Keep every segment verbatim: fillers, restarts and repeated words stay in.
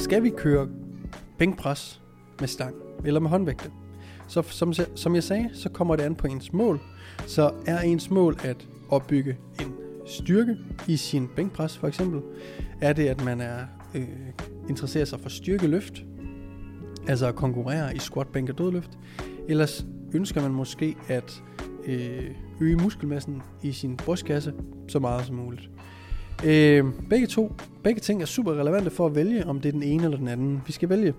skal vi køre bænkpres med stang eller med håndvægte? Så som, som jeg sagde, så kommer det an på ens mål. Så er ens mål at opbygge en styrke i sin bænkpres for eksempel? Er det, at man er øh, interesserer sig for styrkeløft? Altså at konkurrere i squat, bænk og dødløft? Ellers ønsker man måske at øh, øge muskelmassen i sin brystkasse så meget som muligt. Øh, begge to, begge ting er super relevante for at vælge, om det er den ene eller den anden. Vi skal vælge.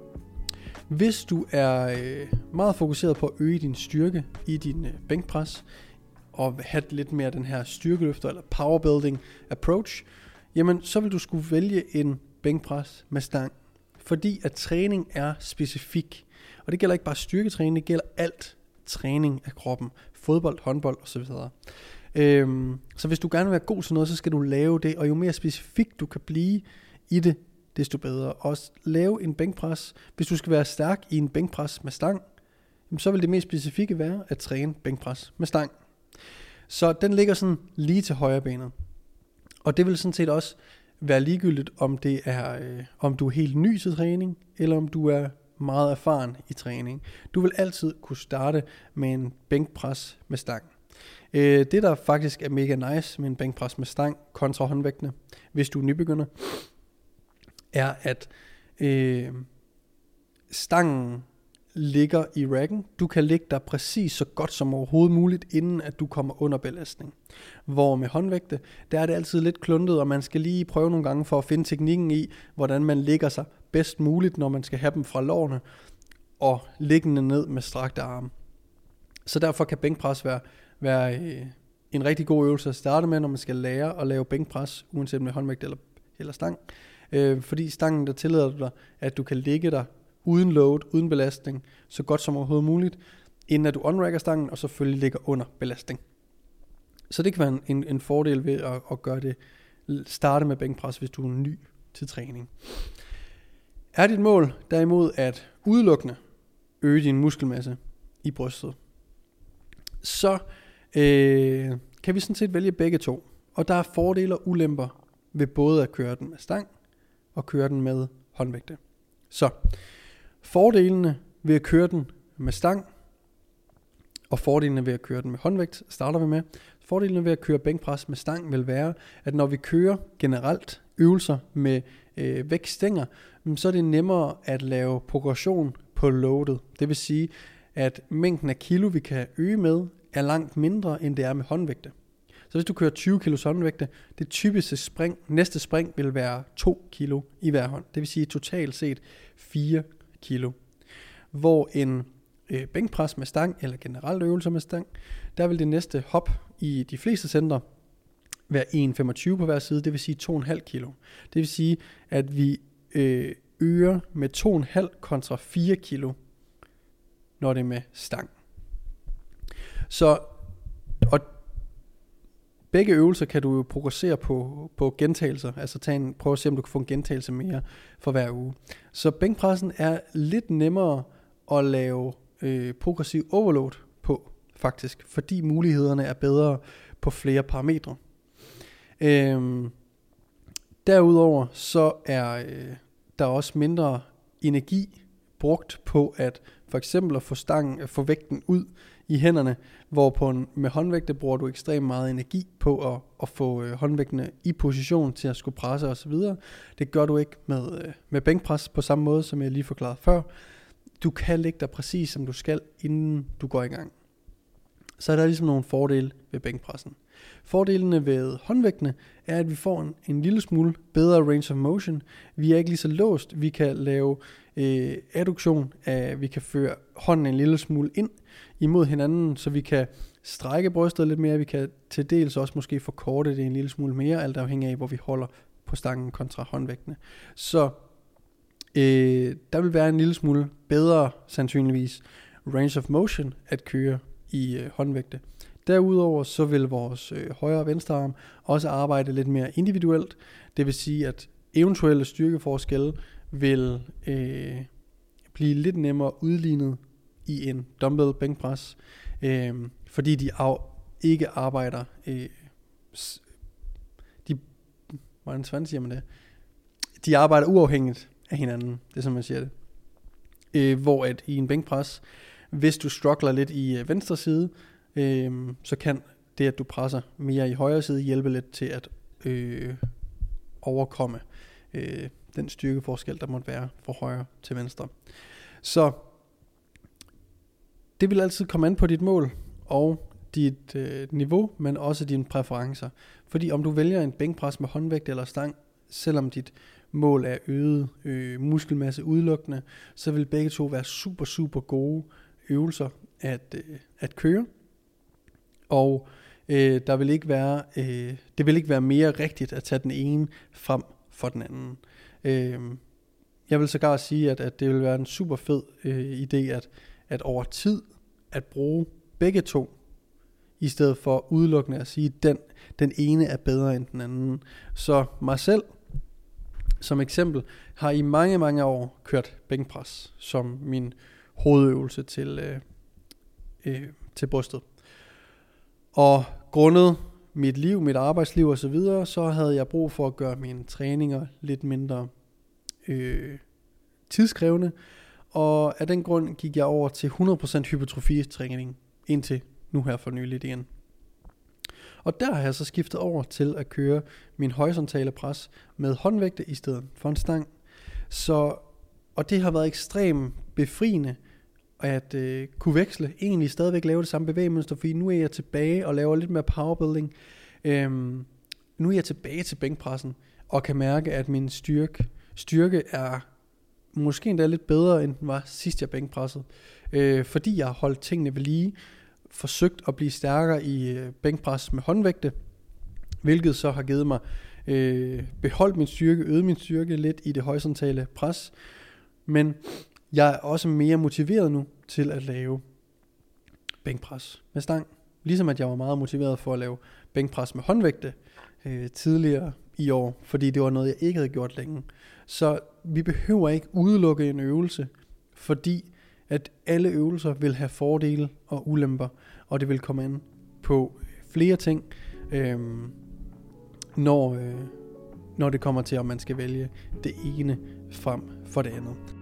Hvis du er øh, meget fokuseret på at øge din styrke i din øh, bænkpres, og have lidt mere den her styrkeløfter eller powerbuilding approach, jamen så vil du skulle vælge en bænkpres med stang. Fordi at træning er specifik. Og det gælder ikke bare styrketræning, det gælder alt træning af kroppen. Fodbold, håndbold osv. Øhm, så hvis du gerne vil være god til noget, så skal du lave det. Og jo mere specifik du kan blive i det, desto bedre. Også lave en bænkpres. Hvis du skal være stærk i en bænkpres med stang, så vil det mest specifikke være at træne bænkpres med stang. Så den ligger sådan lige til højre benet. Og det vil sådan set også være ligegyldigt, om det er, øh, om du er helt ny til træning, eller om du er meget erfaren i træning. Du vil altid kunne starte med en bænkpres med stang. Øh, det der faktisk er mega nice med en bænkpres med stang kontra håndvægtene, hvis du er nybegynder, er at øh, stangen ligger i racken. Du kan ligge der præcis så godt som overhovedet muligt, inden at du kommer under belastning. Hvor med håndvægte, der er det altid lidt kluntet, og man skal lige prøve nogle gange for at finde teknikken i, hvordan man ligger sig bedst muligt, når man skal have dem fra lårene og liggende ned med strakte arme. Så derfor kan bænkpres være, være øh, en rigtig god øvelse at starte med, når man skal lære at lave bænkpres, uanset med håndvægt eller, eller stang. Øh, fordi stangen, der tillader dig, at du kan ligge der uden load, uden belastning, så godt som overhovedet muligt, inden at du unracker stangen, og selvfølgelig ligger under belastning. Så det kan være en, en fordel ved at, at gøre det, starte med bænkpres, hvis du er ny til træning. Er dit mål derimod at udelukkende øge din muskelmasse i brystet, så øh, kan vi sådan set vælge begge to. Og der er fordele og ulemper ved både at køre den med stang og køre den med håndvægte. Så fordelene ved at køre den med stang og fordelene ved at køre den med håndvægt starter vi med. Fordelene ved at køre bænkpres med stang vil være, at når vi kører generelt øvelser med øh, vægtstænger, så er det nemmere at lave progression på loadet. Det vil sige, at mængden af kilo, vi kan øge med, er langt mindre, end det er med håndvægte. Så hvis du kører tyve kilos håndvægte, det typiske spring, næste spring vil være to kilo i hver hånd. Det vil sige totalt set fire kilo. Hvor en øh, bænkpres med stang, eller generelt øvelser med stang, der vil det næste hop i de fleste centre være en komma femogtyve på hver side, det vil sige to komma fem kilo. Det vil sige, at vi øh, øger med to komma fem kontra fire kilo, når det er med stang. Så, og begge øvelser kan du jo progressere på, på gentagelser, altså tage en, prøv at se, om du kan få en gentagelse mere for hver uge. Så bænkpressen er lidt nemmere at lave øh, progressiv overload på, faktisk, fordi mulighederne er bedre på flere parametre. Øhm, derudover så er øh, der også mindre energi brugt på at for eksempel at få stangen, at få vægten ud i hænderne, hvor på en, med håndvægte bruger du ekstremt meget energi på at, at få øh, håndvægtene i position til at skulle presse osv. Det gør du ikke med, øh, med bænkpres på samme måde, som jeg lige forklarede før. Du kan ligge der præcis som du skal, inden du går i gang. Så er der ligesom nogle fordele ved bænkpressen. Fordelene ved håndvægtene er, at vi får en, en lille smule bedre range of motion. Vi er ikke lige så låst. Vi kan lave øh, adduktion, af, vi kan føre hånden en lille smule ind imod hinanden, så vi kan strække brystet lidt mere. Vi kan til dels også måske forkorte det en lille smule mere, alt afhængig af, hvor vi holder på stangen kontra håndvægtene. Så øh, der vil være en lille smule bedre, sandsynligvis, range of motion at køre i øh, håndvægte. Derudover så vil vores øh, højre og venstre arm også arbejde lidt mere individuelt. Det vil sige, at eventuelle styrkeforskelle vil øh, blive lidt nemmere udlignet i en dumbbell bænkpres, øh, fordi de af, ikke arbejder, øh, de, hvordan siger man det? De arbejder uafhængigt af hinanden. Det er som man siger det. Øh, hvor at i en bænkpres, hvis du struggler lidt i øh, venstre side, øh, så kan det, at du presser mere i højre side, hjælpe lidt til at øh, overkomme øh, den styrkeforskel, der måtte være fra højre til venstre. Så det vil altid komme an på dit mål og dit øh, niveau, men også dine præferencer. Fordi om du vælger en bænkpres med håndvægt eller stang, selvom dit mål er øget øh, muskelmasse udelukkende, så vil begge to være super, super gode øvelser at, øh, at køre. Og øh, der vil ikke være, øh, det vil ikke være mere rigtigt at tage den ene frem for den anden. Øh, jeg vil sågar sige, at, at det vil være en super fed øh, idé, at, at over tid at bruge begge to, i stedet for udelukkende at sige, at den, den ene er bedre end den anden. Så mig selv, som eksempel, har i mange, mange år kørt bænkpres som min hovedøvelse til, øh, øh, til brystet. Og grundet mit liv, mit arbejdsliv og så videre, så havde jeg brug for at gøre mine træninger lidt mindre øh, tidskrævende. Og af den grund gik jeg over til hundrede procent hypertrofitræning indtil nu her for nyligt igen. Og der har jeg så skiftet over til at køre min horisontale pres med håndvægte i stedet for en stang. Så, og det har været ekstremt befriende at øh, kunne veksle, egentlig stadigvæk lave det samme bevægemønster, fordi nu er jeg tilbage og laver lidt mere powerbuilding. Øhm, nu er jeg tilbage til bænkpressen og kan mærke, at min styrke, styrke er måske endda lidt bedre, end den var sidst jeg bænkpressede. Øh, fordi jeg har holdt tingene ved lige, forsøgt at blive stærkere i øh, bænkpres med håndvægte, hvilket så har givet mig øh, beholdt min styrke, øget min styrke lidt i det horisontale pres. Men jeg er også mere motiveret nu til at lave bænkpres med stang. Ligesom at jeg var meget motiveret for at lave bænkpres med håndvægte øh, tidligere i år, fordi det var noget, jeg ikke havde gjort længe. Så vi behøver ikke udelukke en øvelse, fordi at alle øvelser vil have fordele og ulemper, og det vil komme an på flere ting, øh, når, øh, når det kommer til, om man skal vælge det ene frem for det andet.